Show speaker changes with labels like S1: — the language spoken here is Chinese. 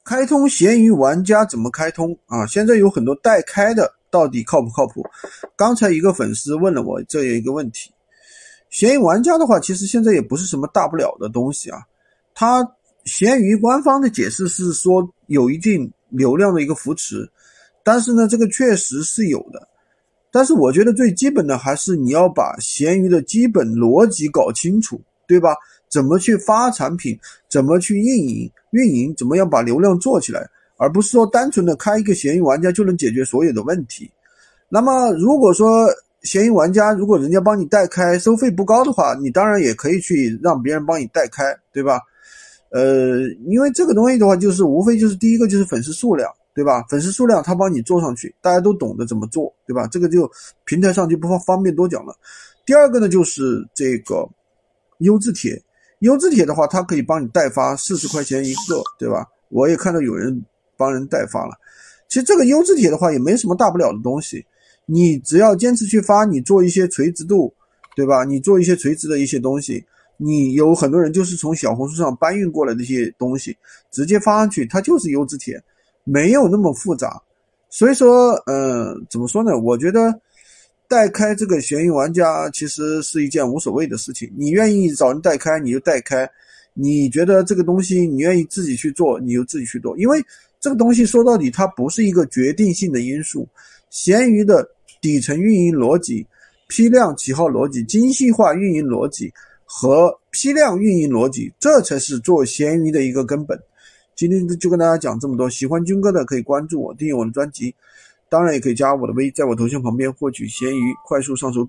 S1: 开通闲鱼玩家怎么开通啊？现在有很多代开的，到底靠不靠谱？刚才一个粉丝问了我这一个问题。闲鱼玩家的话，其实现在也不是什么大不了的东西啊。它闲鱼官方的解释是说有一定流量的一个扶持，但是呢，这个确实是有的。但是我觉得最基本的还是你要把闲鱼的基本逻辑搞清楚，对吧？怎么去发产品，怎么去运营，怎么样把流量做起来，而不是说单纯的开一个闲鱼玩家就能解决所有的问题。那么如果说闲鱼玩家如果人家帮你代开，收费不高的话，你当然也可以去让别人帮你代开，对吧？因为这个东西的话，就是无非就是第一个就是粉丝数量，对吧？粉丝数量他帮你做上去，大家都懂得怎么做，对吧？这个就平台上就不方便多讲了。第二个呢，就是这个优质帖，优质帖的话，它可以帮你代发40块钱一个，对吧？我也看到有人帮人代发了。其实这个优质帖的话也没什么大不了的东西，你只要坚持去发，你做一些垂直度，对吧？你做一些垂直的一些东西，你有很多人就是从小红书上搬运过来的一些东西，直接发上去，它就是优质帖，没有那么复杂。所以说，怎么说呢？我觉得代开这个闲鱼玩家其实是一件无所谓的事情。你愿意找人代开，你就代开；你觉得这个东西你愿意自己去做，你就自己去做。因为这个东西说到底，它不是一个决定性的因素。闲鱼的底层运营逻辑、批量起号逻辑、精细化运营逻辑和批量运营逻辑，这才是做闲鱼的一个根本。今天就跟大家讲这么多，喜欢军哥的可以关注我，订阅我的专辑，当然也可以加我的微，在我头像旁边获取闲鱼快速上手